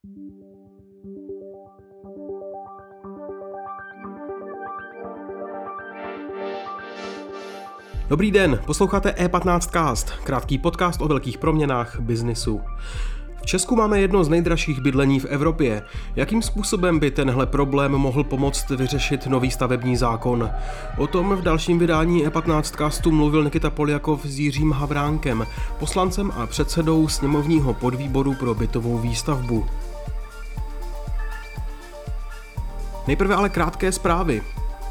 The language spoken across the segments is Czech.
Dobrý den, posloucháte E15cast, krátký podcast o velkých proměnách biznisu. V Česku máme jedno z nejdražších bydlení v Evropě. Jakým způsobem by tenhle problém mohl pomoct vyřešit nový stavební zákon? O tom v dalším vydání E15castu mluvil Nikita Poljakov s Jiřím Havránkem, poslancem a předsedou sněmovního podvýboru pro bytovou výstavbu. Nejprve ale krátké zprávy.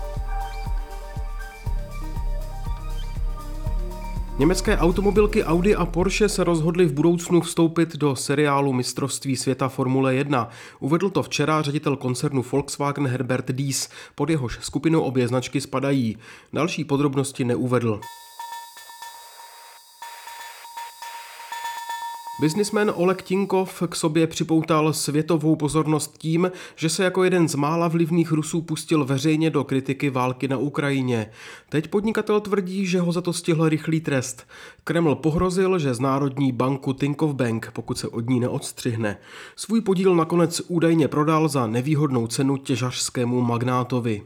Německé automobilky Audi a Porsche se rozhodly v budoucnu vstoupit do seriálu mistrovství světa Formule 1. Uvedl to včera ředitel koncernu Volkswagen Herbert Diess, pod jehož skupinu obě značky spadají. Další podrobnosti neuvedl. Biznismen Oleg Tinkov k sobě připoutal světovou pozornost tím, že se jako jeden z mála vlivných Rusů pustil veřejně do kritiky války na Ukrajině. Teď podnikatel tvrdí, že ho za to stihl rychlý trest. Kreml pohrozil, že znárodní banku Tinkoff Bank, pokud se od ní neodstřihne. Svůj podíl nakonec údajně prodal za nevýhodnou cenu těžařskému magnátovi.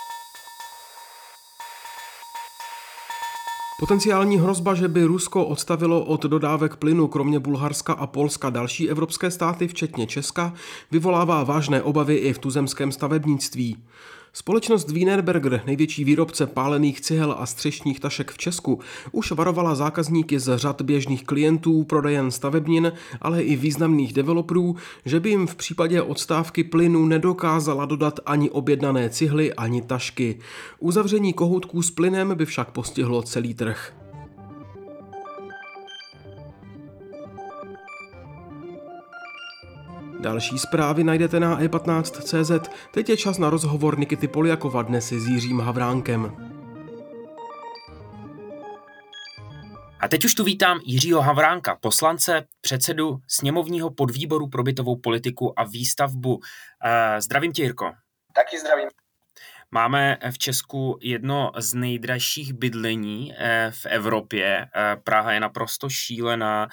Potenciální hrozba, že by Rusko odstavilo od dodávek plynu kromě Bulharska a Polska další evropské státy, včetně Česka, vyvolává vážné obavy i v tuzemském stavebnictví. Společnost Wienerberger, největší výrobce pálených cihel a střešních tašek v Česku, už varovala zákazníky z řad běžných klientů, prodejen stavebnin, ale i významných developerů, že by jim v případě odstávky plynu nedokázala dodat ani objednané cihly, ani tašky. Uzavření kohoutků s plynem by však postihlo celý trh. Další zprávy najdete na e15.cz. Teď je čas na rozhovor Nikity Poljakova dnes s Jiřím Havránkem. A teď už tu vítám Jiřího Havránka, poslance, předsedu sněmovního podvýboru pro bytovou politiku a výstavbu. Zdravím tě, Jirko. Taky zdravím. Máme v Česku jedno z nejdražších bydlení v Evropě. Praha je naprosto šílená.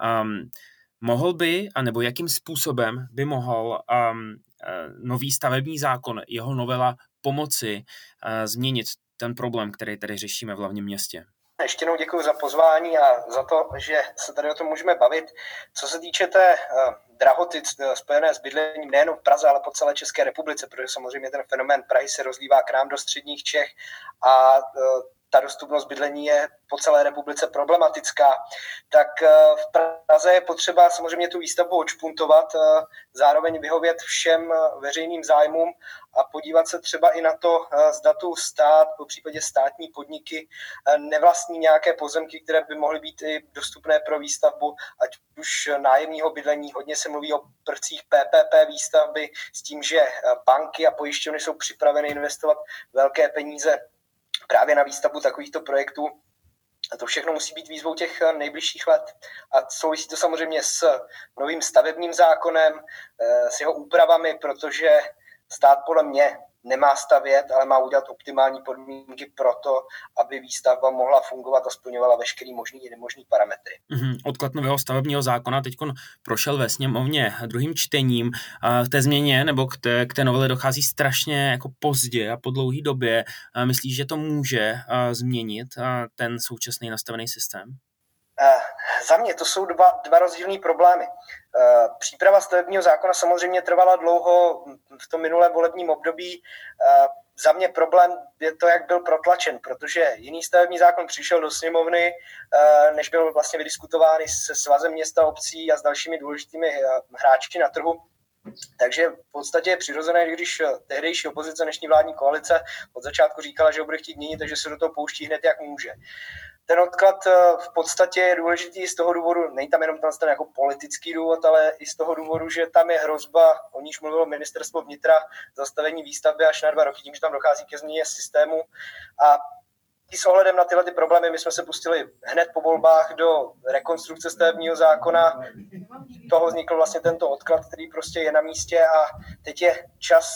Mohl by, anebo jakým způsobem by mohl nový stavební zákon, jeho novela pomoci změnit ten problém, který tady řešíme v hlavním městě? Ještě jednou děkuji za pozvání a za to, že se tady o tom můžeme bavit. Co se týče té drahoty spojené s bydlením nejen v Praze, ale po celé České republice, protože samozřejmě ten fenomén Prahy se rozlívá k nám do středních Čech a ta dostupnost bydlení je po celé republice problematická, tak v Praze je potřeba samozřejmě tu výstavbu odšpuntovat, zároveň vyhovět všem veřejným zájmům a podívat se třeba i na to, zda tu stát, po případě státní podniky, nevlastní nějaké pozemky, které by mohly být i dostupné pro výstavbu, ať už nájemního bydlení. Hodně se mluví o prvcích PPP výstavby s tím, že banky a pojišťovny jsou připraveny investovat velké peníze právě na výstavbu takovýchto projektů. A to všechno musí být výzvou těch nejbližších let. A souvisí to samozřejmě s novým stavebním zákonem, s jeho úpravami, protože stát podle mě nemá stavět, ale má udělat optimální podmínky pro to, aby výstavba mohla fungovat a splňovala veškerý možný i nemožný parametry. Odklad nového stavebního zákona teď prošel ve sněmovně druhým čtením. K té změně nebo k té novele dochází strašně jako pozdě a po dlouhé době. Myslíš, že to může změnit ten současný nastavený systém? Za mě to jsou dva rozdílné problémy. Příprava stavebního zákona samozřejmě trvala dlouho v tom minulém volebním období. Za mě problém je to, jak byl protlačen, protože jiný stavební zákon přišel do sněmovny, než byl vlastně vydiskutovaný se Svazem měst a obcí a s dalšími důležitými hráči na trhu. Takže v podstatě je přirozené, když tehdejší opozice, dnešní vládní koalice od začátku říkala, že ho bude chtít měnit, takže se do toho pouští hned, jak může. Ten odklad v podstatě je důležitý z toho důvodu, není tam jenom ten jako politický důvod, ale i z toho důvodu, že tam je hrozba, o níž mluvilo ministerstvo vnitra, zastavení výstavby až na 2 roky, tím, že tam dochází ke změně systému. A i s ohledem na tyhle problémy my jsme se pustili hned po volbách do rekonstrukce stavebního zákona. Toho vznikl vlastně tento odklad, který prostě je na místě a teď je čas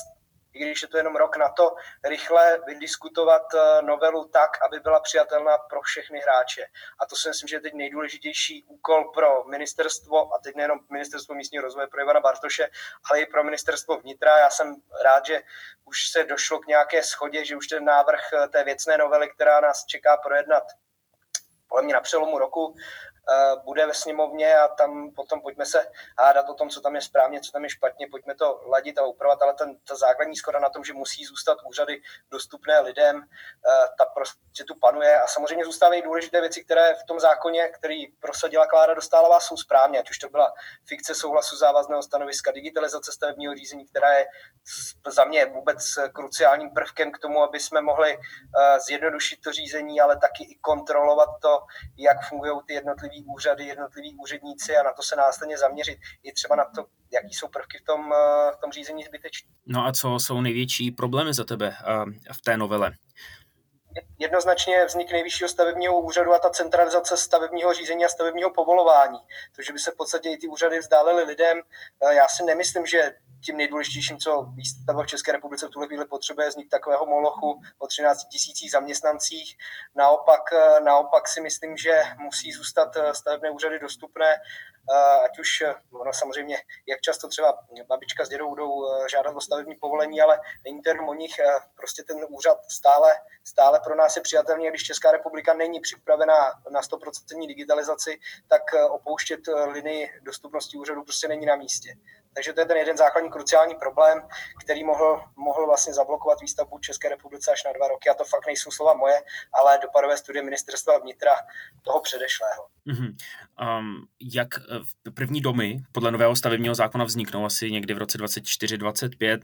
i když je to jenom rok na to, rychle vydiskutovat novelu tak, aby byla přijatelná pro všechny hráče. A to si myslím, že je teď nejdůležitější úkol pro ministerstvo, a teď nejenom ministerstvo místního rozvoje pro Ivana Bartoše, ale i pro ministerstvo vnitra. Já jsem rád, že už se došlo k nějaké shodě, že už ten návrh té věcné novely, která nás čeká projednat podle mě na přelomu roku, bude ve sněmovně a tam potom pojďme se hádat o tom, co tam je správně, co tam je špatně, pojďme to ladit a upravovat, ale ta základní shoda na tom, že musí zůstat úřady dostupné lidem, ta prostě tu panuje a samozřejmě zůstávají důležité věci, které v tom zákoně, který prosadila Klára Dostálová, jsou správně, ať už to byla fikce souhlasu závazného stanoviska, digitalizace stavebního řízení, která je za mě vůbec kruciálním prvkem k tomu, aby jsme mohli zjednodušit to řízení, ale taky i kontrolovat to, jak fungují ty jednotlivé úřady, jednotliví úředníci a na to se následně zaměřit. I třeba na to, jaký jsou prvky v tom řízení zbytečné. No a co jsou největší problémy za tebe v té novele? Jednoznačně vznik Nejvyššího stavebního úřadu a ta centralizace stavebního řízení a stavebního povolování. To, že by se v podstatě i ty úřady vzdálily lidem, já si nemyslím, že tím nejdůležitějším, co výstavba v České republice v tuhle chvíli potřebuje, vznik takového molochu o 13 000 zaměstnancích. Naopak si myslím, že musí zůstat stavebné úřady dostupné, ať už ono samozřejmě, jak často třeba babička s dědou budou žádat o stavební povolení, ale není to jenom o nich, prostě ten úřad stále pro nás je přijatelný, když Česká republika není připravená na 100% digitalizaci, tak opouštět linii dostupnosti úřadu prostě není na místě. Takže to je ten jeden základní kruciální problém, který mohl vlastně zablokovat výstavbu České republice až na 2 roky. A to fakt nejsou slova moje, ale dopadové studie ministerstva vnitra toho předešlého. Jak první domy podle nového stavebního zákona vzniknou asi někdy v roce 2024-2025?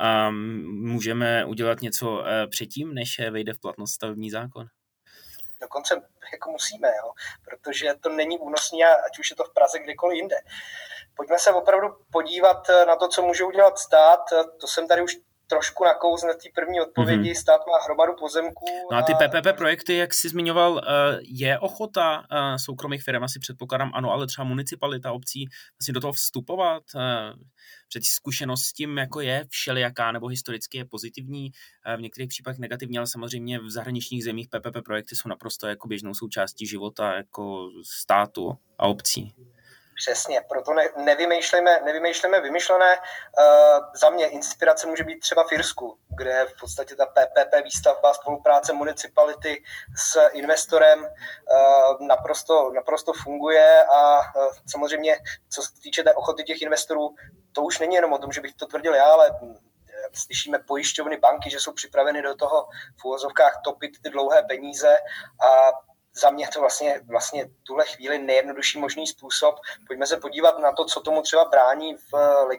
Můžeme udělat něco předtím, než vejde v platnost stavební zákon? Dokonce jako musíme, jo? Protože to není únosný, ať už je to v Praze, kdekoliv jinde. Pojďme se opravdu podívat na to, co může udělat stát. To jsem tady už trošku nakouz na té první odpovědi. Stát má hromadu pozemků. No a ty PPP projekty, jak jsi zmiňoval, je ochota soukromých firm, asi předpokládám, ano, ale třeba municipalita obcí vlastně do toho vstupovat? Před zkušenost s tím, jako je všelijaká, nebo historicky je pozitivní, v některých případech negativní, ale samozřejmě v zahraničních zemích PPP projekty jsou naprosto jako běžnou součástí života jako státu a obcí. Přesně, proto nevymýšlejme vymyšlené. Za mě inspirace může být třeba v Irsku, kde v podstatě ta PPP výstavba, spolupráce municipality s investorem naprosto funguje a samozřejmě, co se týče té ochoty těch investorů, to už není jenom o tom, že bych to tvrdil já, ale slyšíme pojišťovny, banky, že jsou připraveny do toho v uvozovkách topit ty dlouhé peníze a za mě to vlastně tuhle chvíli nejjednodušší možný způsob. Pojďme se podívat na to, co tomu třeba brání v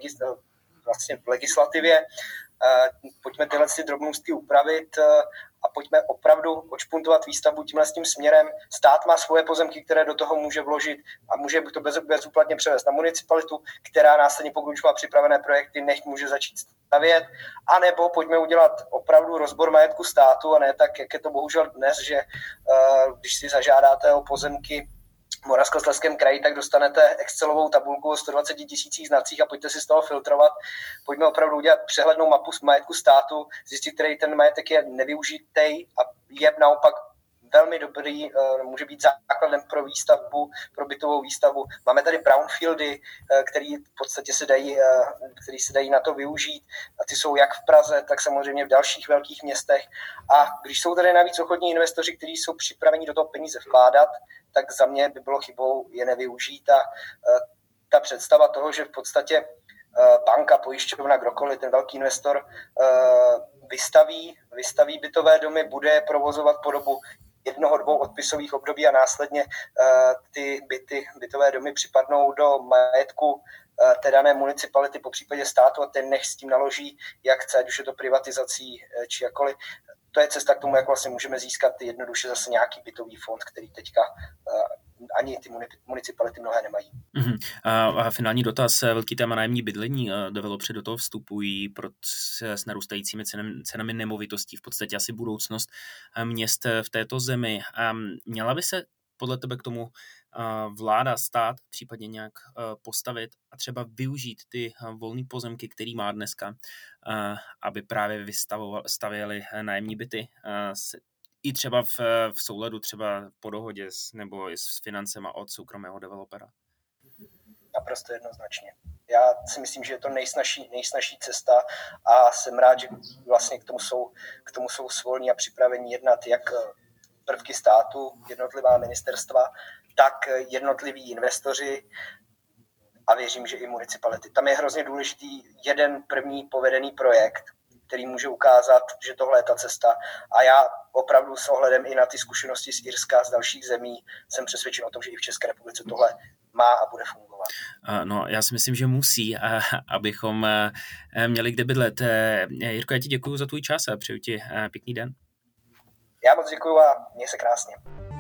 legislativě. Pojďme tyhle drobnosti upravit a pojďme opravdu odšpuntovat výstavbu tímhle s tím směrem. Stát má svoje pozemky, které do toho může vložit a může to bezúplatně převést na municipalitu, která následně, pokud už má připravené projekty, nechť může začít stavět. A nebo pojďme udělat opravdu rozbor majetku státu a ne tak, jak je to bohužel dnes, že když si zažádáte o pozemky v Moravskoslezském kraji, tak dostanete Excelovou tabulku o 120 000 znacích a pojďte si z toho filtrovat. Pojďme opravdu udělat přehlednou mapu z majetku státu, zjistit, který ten majetek je nevyužitý a je naopak velmi dobrý, může být základem pro výstavbu, pro bytovou výstavbu. Máme tady brownfieldy, který v podstatě se dají na to využít. A ty jsou jak v Praze, tak samozřejmě v dalších velkých městech. A když jsou tady navíc ochotní investoři, kteří jsou připraveni do toho peníze vkládat, tak za mě by bylo chybou je nevyužít. A ta představa toho, že v podstatě banka, pojišťovna, kdokoliv, ten velký investor vystaví bytové domy, bude je provozovat po dobu 1-2 odpisových období a následně ty bytové domy připadnou do majetku té dané municipality, po případě státu, a ten nech s tím naloží, jak chce, ať už je to privatizací či jakkoliv. To je cesta k tomu, jak vlastně můžeme získat jednoduše zase nějaký bytový fond, který teďka ani ty municipality mnohé nemají. A finální dotaz, velký téma nájemní bydlení. Developři do toho vstupují s narůstajícími cenami nemovitostí, v podstatě asi budoucnost měst v této zemi. Měla by se podle tebe k tomu vláda, stát případně nějak postavit a třeba využít ty volné pozemky, který má dneska, aby právě stavěli nájemní byty, i třeba v souladu třeba po dohodě nebo i s financema od soukromého developera. Naprosto jednoznačně. Já si myslím, že je to nejsnažší cesta a jsem rád, že vlastně k tomu jsou svolní a připraveni jednat jak prvky státu, jednotlivá ministerstva, tak jednotliví investoři a věřím, že i municipality. Tam je hrozně důležitý jeden první povedený projekt, který může ukázat, že tohle je ta cesta. A já opravdu s ohledem i na ty zkušenosti z Irska, z dalších zemí, jsem přesvědčen o tom, že i v České republice tohle má a bude fungovat. No, já si myslím, že musí, abychom měli kde bydlet. Jirko, já ti děkuju za tvůj čas a přeju ti pěkný den. Já moc děkuju a měj se krásně.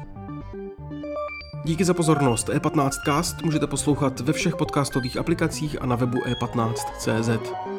Díky za pozornost. E15cast můžete poslouchat ve všech podcastových aplikacích a na webu e15.cz.